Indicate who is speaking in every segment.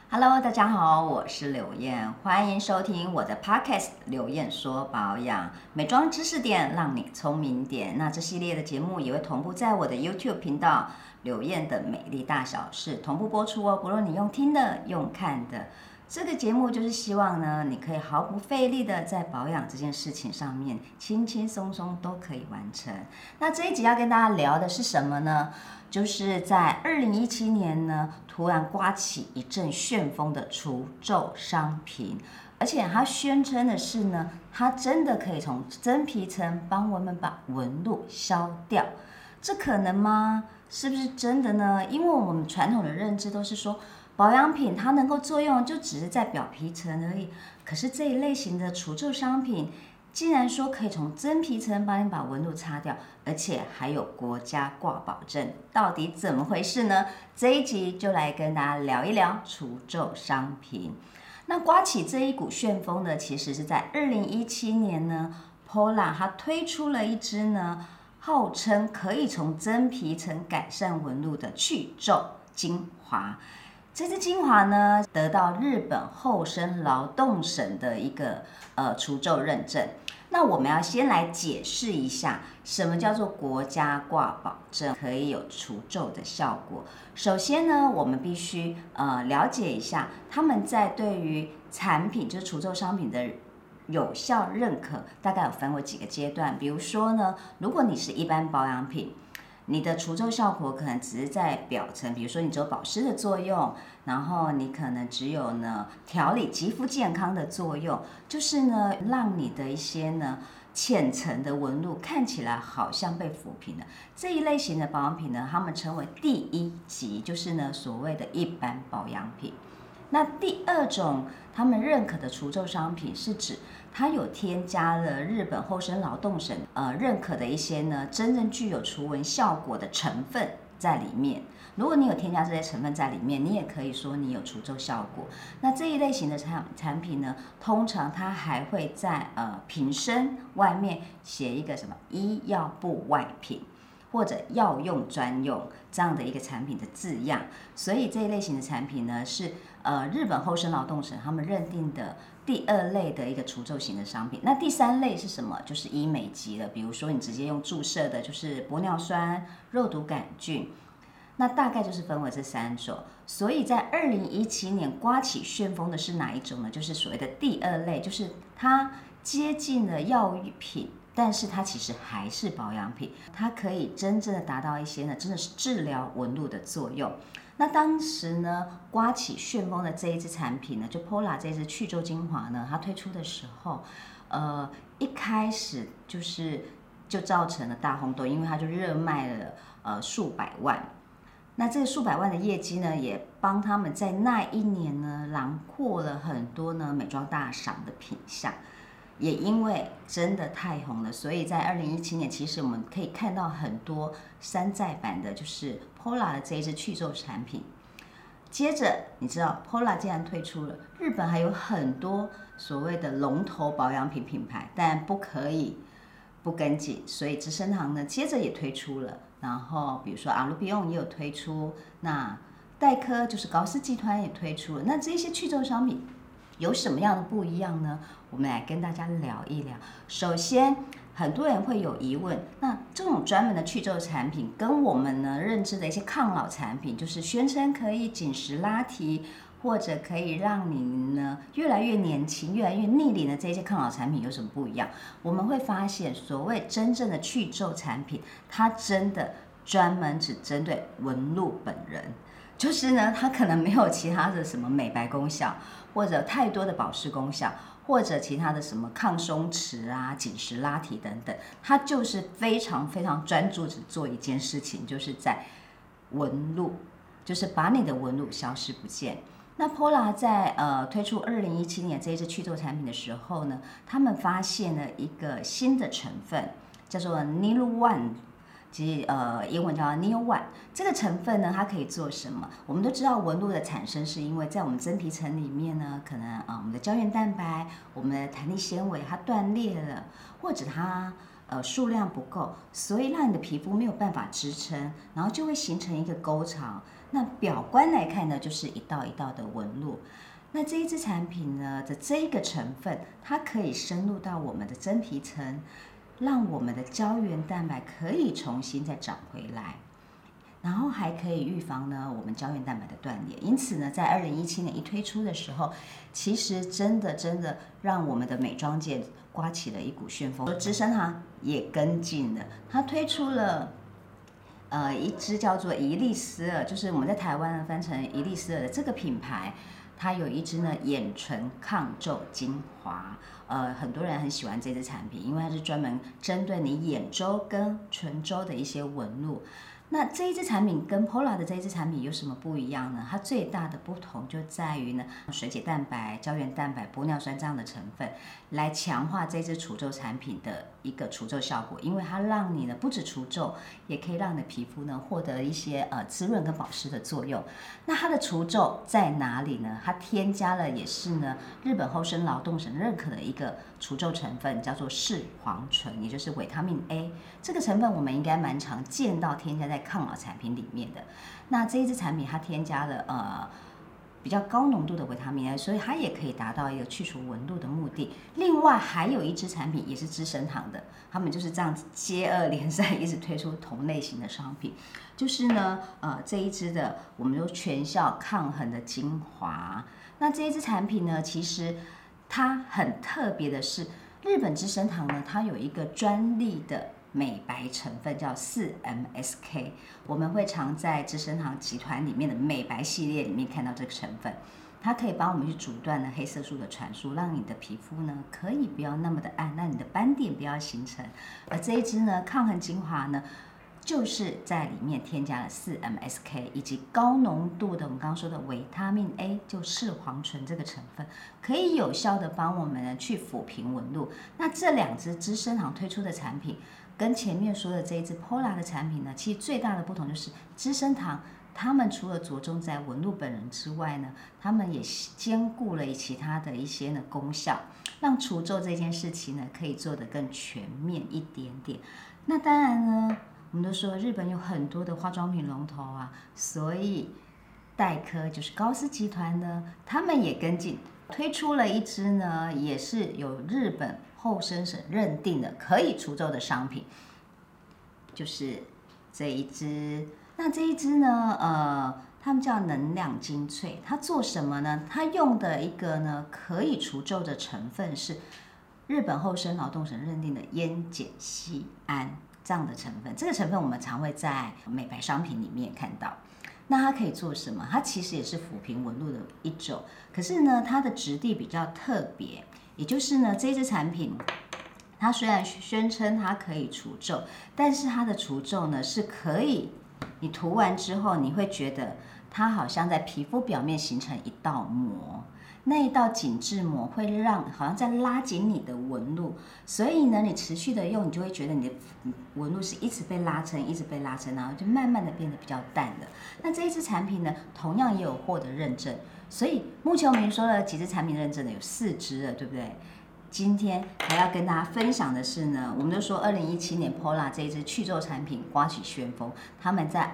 Speaker 1: Hello，大家好，我是柳燕，欢迎收听我的 Podcast 柳燕说保养美妆知识点，让你聪明点。那这系列的节目也会同步在我的 YouTube 频道柳燕的美丽大小事同步播出哦。不论你用听的、用看的，这个节目就是希望呢，你可以毫不费力的在保养这件事情上面，轻轻松松都可以完成。那这一集要跟大家聊的是什么呢？就是在2017年呢，突然刮起一阵旋风的除皱商品，而且它宣称的是呢，它真的可以从真皮层帮我们把纹路消掉，这可能吗？是不是真的呢？因为我们传统的认知都是说，保养品它能够作用就只是在表皮层而已，可是这一类型的除皱商品，竟然说可以从真皮层帮你把纹路擦掉，而且还有国家挂保证，到底怎么回事呢？这一集就来跟大家聊一聊除皱商品。那刮起这一股旋风呢，其实是在2017年呢 ，Pola 它推出了一支呢，号称可以从真皮层改善纹路的去皱精华。这支精华呢，得到日本厚生劳动省的一个除皱认证。那我们要先来解释一下，什么叫做国家挂保证可以有除皱的效果。首先呢，我们必须了解一下，他们在对于产品就是除皱商品的有效认可，大概有分为几个阶段。比如说呢，如果你是一般保养品，你的除皱效果可能只是在表层，比如说你只有保湿的作用，然后你可能只有呢调理肌肤健康的作用，就是呢让你的一些呢浅层的纹路看起来好像被抚平了。这一类型的保养品呢，他们称为第一级，就是呢所谓的一般保养品。那第二种他们认可的除皱商品是指它有添加了日本厚生劳动省认可的一些呢真正具有除纹效果的成分在里面。如果你有添加这些成分在里面，你也可以说你有除皱效果。那这一类型的产品呢，通常它还会在瓶身外面写一个什么医药部外品，或者药用专用这样的一个产品的字样。所以这一类型的产品呢，是日本厚生劳动省他们认定的第二类的一个除皱型的商品。那第三类是什么？就是医美级了，比如说你直接用注射的，就是玻尿酸、肉毒杆菌。那大概就是分为这三种。所以在2017年刮起旋风的是哪一种呢？就是所谓的第二类，就是它接近了药品，但是它其实还是保养品，它可以真正的达到一些呢，真的是治疗纹路的作用。那当时呢，刮起旋风的这一支产品呢，就 Pola 这支去皱精华呢，它推出的时候，一开始就造成了大轰动，因为它就热卖了数百万。那这个数百万的业绩呢，也帮他们在那一年呢，囊括了很多呢美妆大赏的品项。也因为真的太红了，所以在2017年，其实我们可以看到很多山寨版的，就是 Pola 的这一支去皱产品。接着，你知道 Pola 竟然推出了，日本还有很多所谓的龙头保养品品牌，但不可以不跟紧，所以资生堂呢，接着也推出了。然后，比如说阿鲁比翁也有推出，那黛珂就是高斯集团也推出了。那这些去皱商品有什么样的不一样呢？我们来跟大家聊一聊。首先，很多人会有疑问，那这种专门的去皱产品跟我们呢认知的一些抗老产品，就是宣称可以紧实拉提，或者可以让你呢越来越年轻、越来越逆龄的这些抗老产品有什么不一样？我们会发现，所谓真正的去皱产品，它真的专门只针对纹路本人。就是呢，它可能没有其他的什么美白功效，或者太多的保湿功效，或者其他的什么抗松弛啊、紧实拉提等等，它就是非常非常专注只做一件事情，就是在纹路，就是把你的纹路消失不见。那 Pola 在推出2017年这一支去皱产品的时候呢，他们发现了一个新的成分，叫做 Nil1。其实英文叫 Neo One 这个成分呢，它可以做什么？我们都知道纹路的产生是因为在我们真皮层里面呢，可能我们的胶原蛋白、我们的弹力纤维它断裂了，或者它数量不够，所以让你的皮肤没有办法支撑，然后就会形成一个沟槽。 那表观来看呢，就是一道一道的纹路。那这一支产品呢的这一个成分，它可以深入到我们的真皮层，让我们的胶原蛋白可以重新再长回来。然后还可以预防呢我们胶原蛋白的断裂，因此呢，在2017年一推出的时候，其实真的让我们的美妆界刮起了一股旋风。资生堂也跟进了，它推出了一支叫做伊丽丝尔，就是我们在台湾翻成伊丽丝尔的这个品牌，它有一支呢眼唇抗皱精华。很多人很喜欢这支产品，因为它是专门针对你眼周跟唇周的一些纹路。那这一支产品跟 Pola 的这一支产品有什么不一样呢？它最大的不同就在于呢，水解蛋白、胶原蛋白、玻尿酸这样的成分，来强化这支除皱产品的一个除皱效果，因为它让你呢不止除皱，也可以让你的皮肤呢获得一些滋润跟保湿的作用。那它的除皱在哪里呢？它添加了也是呢日本厚生劳动省认可的一个除皱成分，叫做视黄醇，也就是维他命 A。这个成分我们应该蛮常见到添加在抗老产品里面的。那这一支产品它添加了比较高浓度的维他命 A， 所以它也可以达到一个去除纹路的目的。另外还有一支产品也是资生堂的，他们就是这样子接二连三一直推出同类型的商品，就是呢这一支的我们说全效抗衡的精华。那这一支产品呢，其实它很特别的是，日本资生堂呢它有一个专利的美白成分叫 4MSK， 我们会常在资生堂集团里面的美白系列里面看到这个成分。它可以帮我们去阻断呢黑色素的传输，让你的皮肤呢可以不要那么的暗，让你的斑点不要形成。而这一支呢抗衡精华呢，就是在里面添加了 4MSK 以及高浓度的我们刚刚说的维他命 A， 就视黄醇这个成分，可以有效的帮我们呢去抚平纹路。那这两支资生堂推出的产品，跟前面说的这一支 Pola 的产品呢，其实最大的不同就是资生堂他们除了着重在纹路本人之外呢，他们也兼顾了其他的一些呢功效，让除皱这件事情呢可以做得更全面一点点。那当然呢，我们都说日本有很多的化妆品龙头啊，所以黛珂就是高丝集团呢，他们也跟进推出了一支呢，也是有日本厚生省认定的可以除皱的商品，就是这一支。那这一支呢，他们叫能量精粹，它做什么呢？它用的一个呢可以除皱的成分是日本厚生劳动省认定的烟碱酰胺这样的成分。这个成分我们常会在美白商品里面看到。那它可以做什么？它其实也是抚平纹路的一种，可是呢，它的质地比较特别，也就是呢，这支产品它虽然宣称它可以除皱，但是它的除皱呢是可以，你涂完之后，你会觉得它好像在皮肤表面形成一道膜。那一道紧致膜会让好像在拉紧你的纹路，所以呢，你持续的用，你就会觉得你的纹路是一直被拉伸，一直被拉伸，然后就慢慢的变得比较淡了。那这一支产品呢，同样也有获得认证，所以目前我们说了几支产品认证的有4支了，对不对？今天还要跟大家分享的是呢，我们就说2017年 Pola 这一支去皱产品刮起旋风，他们在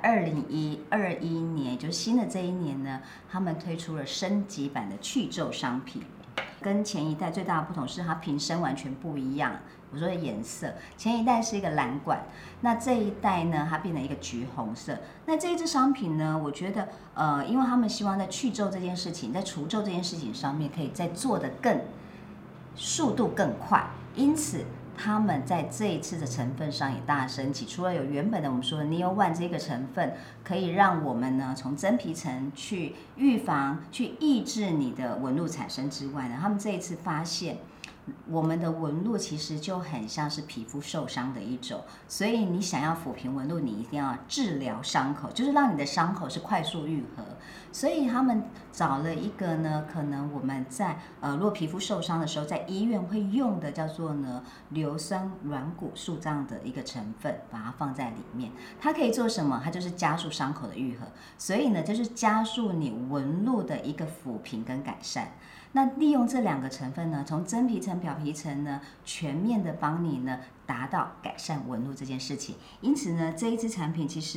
Speaker 1: 2021年，就是新的这一年呢，他们推出了升级版的去皱商品，跟前一代最大的不同是它瓶身完全不一样。我说的颜色，前一代是一个蓝管，那这一代呢，它变成一个橘红色。那这一支商品呢，我觉得因为他们希望在去皱这件事情，在除皱这件事情上面，可以再做得更速度更快，因此他们在这一次的成分上也大升级。除了有原本的我们说的 Neo One 这个成分，可以让我们呢从真皮层去预防、去抑制你的纹路产生之外呢，他们这一次发现，我们的纹路其实就很像是皮肤受伤的一种，所以你想要抚平纹路，你一定要治疗伤口，就是让你的伤口是快速愈合。所以他们找了一个呢，可能我们在如果皮肤受伤的时候，在医院会用的叫做呢硫酸软骨素这样的一个成分，把它放在里面。它可以做什么？它就是加速伤口的愈合，所以呢，就是加速你纹路的一个抚平跟改善。那利用这2个成分呢，从真皮层、表皮层呢，全面的帮你呢达到改善纹路这件事情。因此呢，这一支产品其实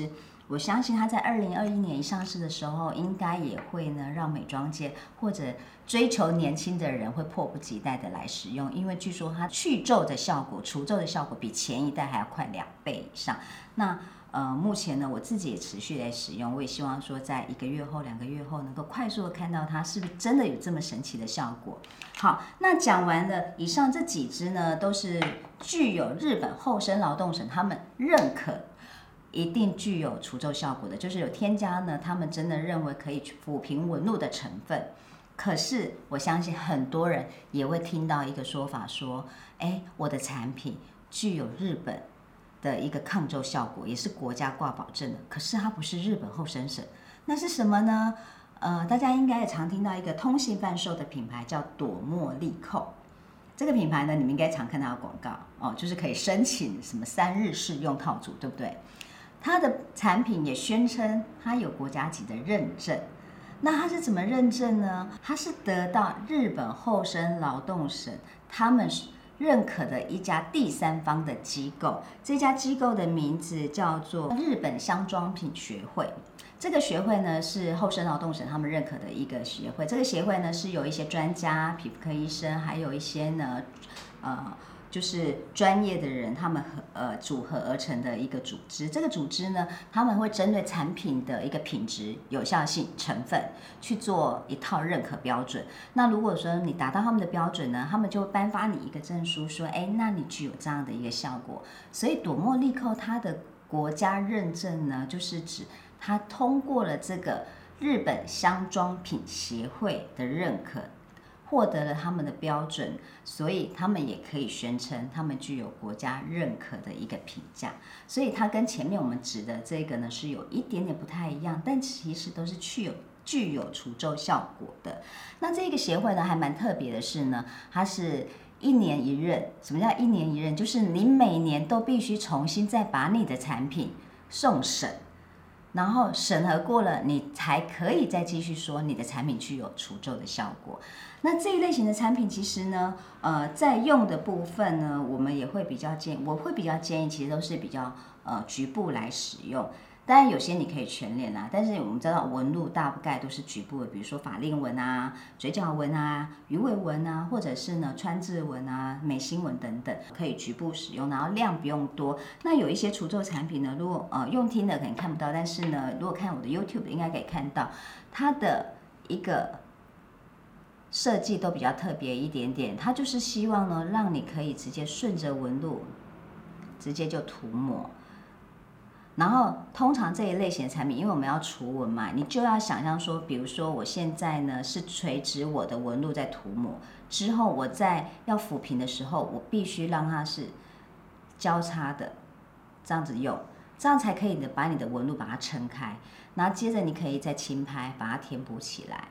Speaker 1: 我相信它在2021年一上市的时候，应该也会呢让美妆界或者追求年轻的人会迫不及待的来使用，因为据说它去皱的效果、除皱的效果比前一代还要快2倍以上。那目前呢，我自己也持续在使用，我也希望说在1个月后、2个月后能够快速的看到它是不是真的有这么神奇的效果。好，那讲完了以上这几支呢，都是具有日本厚生劳动省他们认可一定具有除皱效果的，就是有添加呢他们真的认为可以抚平纹路的成分。可是我相信很多人也会听到一个说法说，我的产品具有日本的一个抗皱效果，也是国家挂保证的，可是它不是日本厚生省，那是什么呢？大家应该也常听到一个通信贩售的品牌叫朵茉莉蔻。这个品牌呢，你们应该常看到的广告哦，就是可以申请什么3日试用套组，对不对？它的产品也宣称它有国家级的认证。那它是怎么认证呢？它是得到日本厚生劳动省他们认可的一家第三方的机构，这家机构的名字叫做日本香妆品学会。这个学会呢是厚生劳动省他们认可的一个协会。这个协会呢是有一些专家、皮肤科医生，还有一些呢就是专业的人，他们组合而成的一个组织。这个组织呢，他们会针对产品的一个品质、有效性、成分去做一套认可标准。那如果说你达到他们的标准呢，他们就会颁发你一个证书，说，那你具有这样的一个效果。所以朵茉莉蔻它的国家认证呢，就是指它通过了这个日本香妆品协会的认可，获得了他们的标准，所以他们也可以宣称他们具有国家认可的一个评价。所以它跟前面我们指的这个呢是有一点点不太一样，但其实都是具有除皱效果的。那这个协会呢还蛮特别的是呢，它是1年1任。什么叫1年1任？就是你每年都必须重新再把你的产品送审，然后审核过了，你才可以再继续说你的产品具有除皱的效果。那这一类型的产品，其实呢，在用的部分呢，我会比较建议，其实都是比较局部来使用。当然有些你可以全脸啦，但是我们知道纹路大概都是局部的，比如说法令纹啊、嘴角纹啊、鱼尾纹啊，或者是呢川字纹啊、眉心纹等等，可以局部使用，然后量不用多。那有一些除皱产品呢，如果用听的可能看不到，但是呢，如果看我的 YouTube 应该可以看到它的一个设计都比较特别一点点，它就是希望呢让你可以直接顺着纹路直接就涂抹。然后通常这一类型的产品，因为我们要除纹嘛，你就要想象说，比如说我现在呢是垂直我的纹路在涂抹，之后我在要抚平的时候，我必须让它是交叉的这样子用，这样才可以把你的纹路把它撑开，然后接着你可以再轻拍把它填补起来。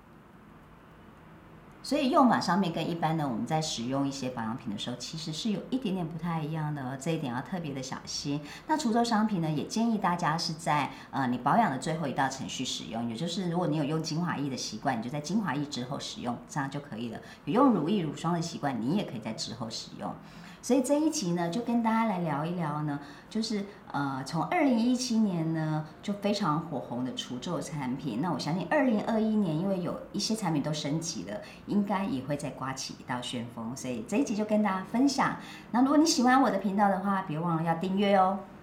Speaker 1: 所以用法上面跟一般的我们在使用一些保养品的时候，其实是有一点点不太一样的，这一点要特别的小心。那除皱商品呢，也建议大家是在你保养的最后一道程序使用，也就是如果你有用精华液的习惯，你就在精华液之后使用，这样就可以了。有用乳液、乳霜的习惯，你也可以在之后使用。所以这一集呢，就跟大家来聊一聊呢，就是从2017年呢就非常火红的除皱产品。那我相信2021年，因为有一些产品都升级了，应该也会再刮起一道旋风。所以这一集就跟大家分享。那如果你喜欢我的频道的话，别忘了要订阅哦。